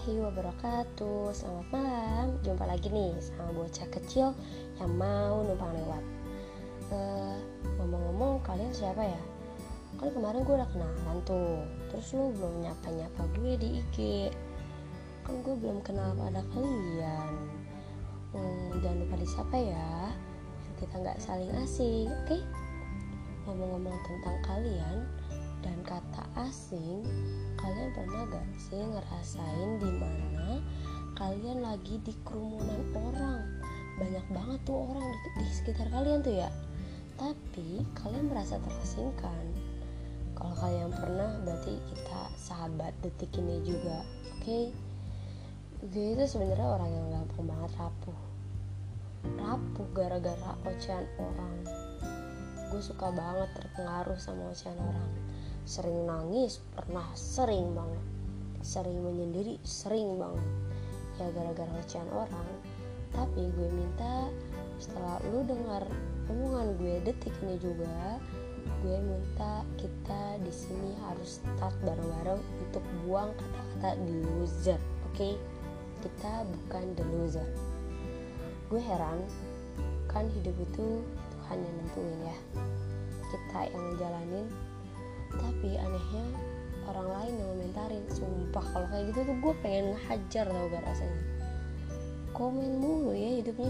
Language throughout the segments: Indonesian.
warahmatullahi wabarakatuh. Selamat malam. Jumpa lagi nih sama bocah kecil yang mau numpang lewat. Ngomong-ngomong, kalian siapa ya? Kan kemarin gue udah kenalan tuh. Terus lu belum nyapa-nyapa gue di IG. Kan gue belum kenal pada kalian. Jangan lupa disapa ya, biar kita gak saling asing, oke? Ngomong-ngomong tentang kalian dan kata asing, kalian pernah gak sih ngerasain dimana kalian lagi di kerumunan orang, banyak banget tuh orang di sekitar kalian tuh ya, tapi kalian merasa terasingkan? Kalau kalian pernah, berarti kita sahabat detik ini juga, oke? Gue itu sebenarnya orang yang gampang banget rapuh gara-gara ocehan orang. Gue suka banget terpengaruh sama ocehan orang. Sering nangis, pernah sering banget. Sering menyendiri, sering banget. Ya gara-gara ocehan orang. Tapi gue minta setelah lu dengar omongan gue detik ini juga, gue minta kita di sini harus start bareng-bareng untuk buang kata-kata loser, oke? Kita bukan the loser. Gue heran, kan hidup itu Tuhan yang nentuin ya, kita yang ngejalanin. Tapi anehnya orang lain yang komentarin. Sumpah kalau kayak gitu tuh gue pengen ngehajar tau gak rasanya. Komen mulu ya hidupnya.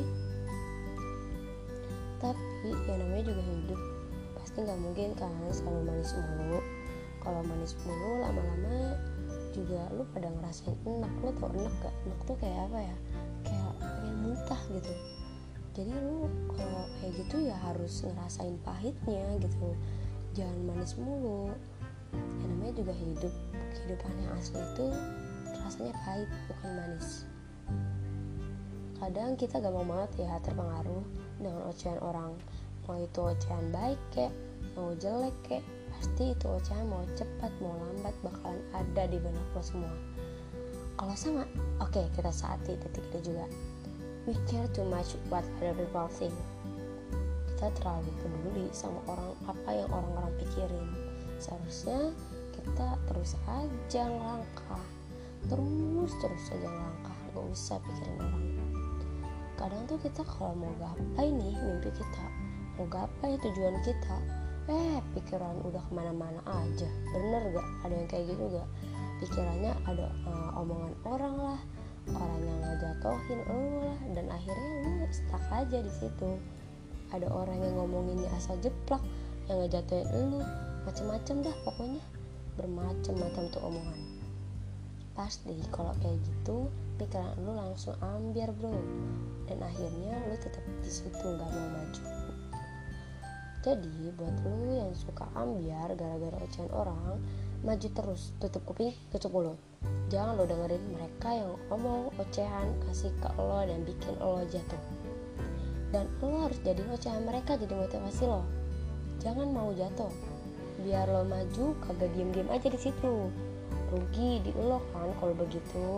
Tapi yang namanya juga hidup, pasti gak mungkin kan selalu manis mulu. Kalau manis mulu lama-lama juga lu pada ngerasain enak. Lu tau enak gak? Enak tuh kayak apa ya, kayak pengen muntah gitu. Jadi lu kalau kayak gitu ya harus ngerasain pahitnya gitu. Jangan manis mulu. Yang namanya juga hidup. Kehidupan yang asli itu rasanya pahit, bukan manis. Kadang kita gampang banget ya terpengaruh dengan ocehan orang. Mau itu ocehan baik kek, mau jelek kek, pasti itu ocehan mau cepat mau lambat bakalan ada di benak lo semua. Kalau sama, oke, kita saati detik ini juga. We care too much what other people think. Kita terlalu peduli sama apa yang orang-orang pikirin. Seharusnya kita terus aja ngelangkah, terus aja ngelangkah, gak usah pikirin orang. Kadang tuh kita kalau mau gapai nih mimpi kita, mau gapai tujuan kita, pikiran udah kemana-mana aja. Bener gak? Ada yang kayak gitu gak? Pikirannya ada omongan orang lah, orang yang ngejatohin lu lah, dan akhirnya lu stuck aja di situ. Ada orang yang ngomonginnya asal jeplak, yang ngejatuhin lu, macem-macem dah pokoknya, bermacam-macam tuh omongan. Pasti kalau kayak gitu pikiran lu langsung ambiar bro, dan akhirnya lu tetap di situ nggak mau maju. Jadi buat lu yang suka ambiar gara-gara ocehan orang, maju terus, tutup kuping, tutup mulut. Jangan lo dengerin mereka yang ngomong ocehan kasih ke lo dan bikin lo jatuh. Dan lo harus jadi ocehan mereka, jadi motivasi lo. Jangan mau jatuh. Biar lo maju, kagak diem-diem aja di situ. Rugi di lo kan kalau begitu.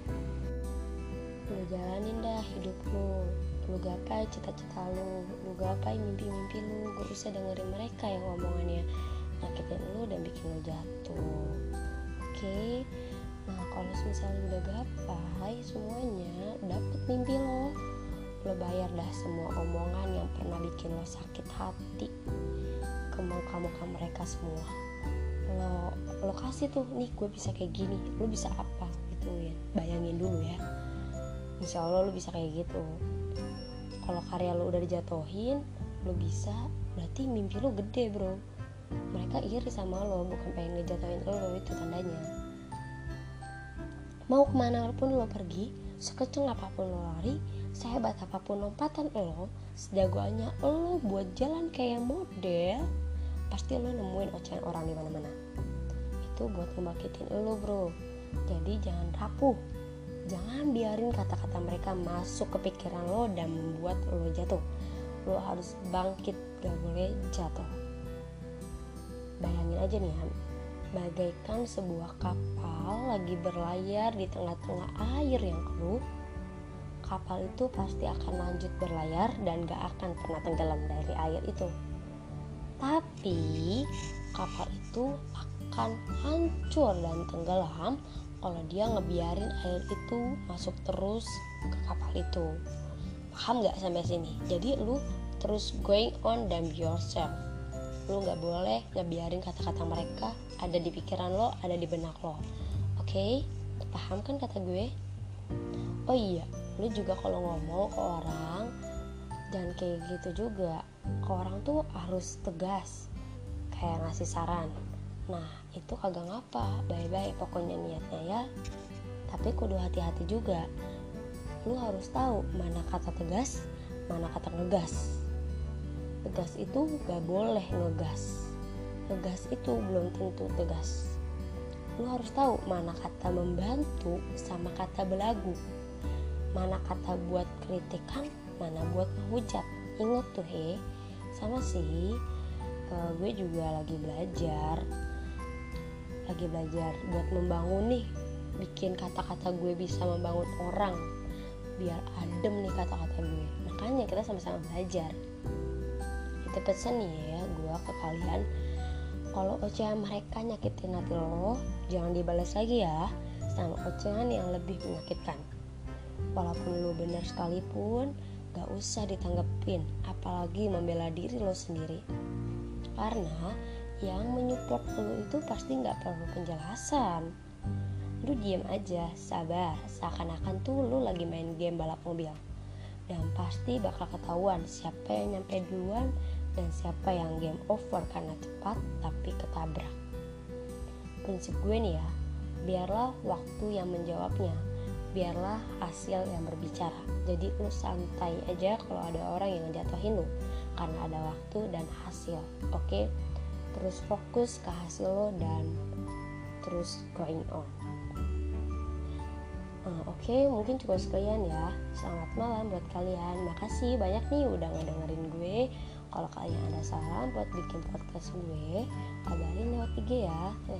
Lo jalanin dah hidup lo. Lo gapai cita-cita lo. Lo gapai mimpi-mimpi lo. Gak usah dengerin mereka yang ngomongannya nyakitin lo dan bikin lo jatuh. Oke? Nah kalau misalnya udah gapai semuanya, dapet mimpi lo bayar dah semua omongan yang pernah bikin lo sakit hati ke muka-muka mereka semua. Lo kasih tuh, nih gue bisa kayak gini, lo bisa apa gitu ya, bayangin dulu ya. Insya Allah lo bisa kayak gitu. Kalau karya lo udah dijatuhin, lo bisa, berarti mimpi lo gede bro. Mereka iri sama lo, bukan pengen ngejatuhin lo, itu tandanya. Mau kemana pun lo pergi, sekecil apapun lo lari, sehebat apapun lompatan lo, sejagoannya lo buat jalan kayak model, pasti lo nemuin ocehan orang di mana-mana. Itu buat ngebangkitin lo bro. Jadi jangan rapuh, jangan biarin kata-kata mereka masuk ke pikiran lo dan membuat lo jatuh. Lo harus bangkit, gak boleh jatuh. Bayangin aja nih ya, bagaikan sebuah kapal lagi berlayar di tengah-tengah air yang keruh. Kapal itu pasti akan lanjut berlayar dan gak akan pernah tenggelam dari air itu. Tapi kapal itu akan hancur dan tenggelam kalau dia ngebiarin air itu masuk terus ke kapal itu. Paham gak sampai sini? Jadi lu terus going on damn yourself. Lu gak boleh ngebiarin kata-kata mereka ada di pikiran lo, ada di benak lo. Oke? Paham kan kata gue? Oh iya, lu juga kalau ngomong ke orang jangan kayak gitu juga. Ke orang tuh harus tegas, kayak ngasih saran. Nah itu kagak ngapa, bye-bye pokoknya niatnya ya. Tapi kudu hati-hati juga. Lu harus tahu mana kata tegas, mana kata ngegas. Tegas itu gak boleh ngegas. Ngegas itu belum tentu tegas. Lu harus tahu mana kata membantu sama kata belagu. Mana kata buat kritikan, mana buat menghujat. Ingat tuh sama sih, gue juga lagi belajar buat membangun nih, bikin kata-kata gue bisa membangun orang biar adem nih kata-kata gue. Makanya kita sama-sama belajar. Itu pesan nih ya gue ke kalian, kalau ocehan mereka nyakitin hati lo, jangan dibalas lagi ya sama ocehan yang lebih menyakitkan. Walaupun lo benar sekalipun, gak usah ditanggepin, apalagi membela diri lo sendiri. Karena yang menyupport lo itu pasti gak perlu penjelasan. Lu diem aja, sabar, seakan-akan tuh lu lagi main game balap mobil. Dan pasti bakal ketahuan siapa yang nyampe duluan dan siapa yang game over karena cepat tapi ketabrak. Prinsip gue nih ya, biarlah waktu yang menjawabnya, biarlah hasil yang berbicara. Jadi lu santai aja kalau ada orang yang jatuhin lu, karena ada waktu dan hasil. Oke? Terus fokus ke hasil lo dan terus going on. Oke, mungkin cukup sekian ya. Selamat malam buat kalian. Makasih banyak nih udah ngedengerin gue. Kalau kalian ada saran buat bikin podcast gue, kabarin lewat IG ya.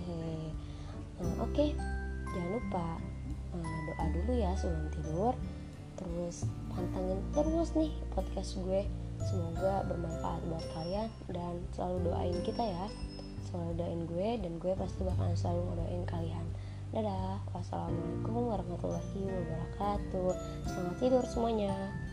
Oke, jangan lupa doa dulu ya sebelum tidur. Terus pantengin terus nih podcast gue. Semoga bermanfaat buat kalian dan selalu doain kita ya. Selalu doain gue dan gue pasti bakalan selalu ngedoain kalian. Dadah, wassalamualaikum warahmatullahi wabarakatuh. Selamat tidur semuanya.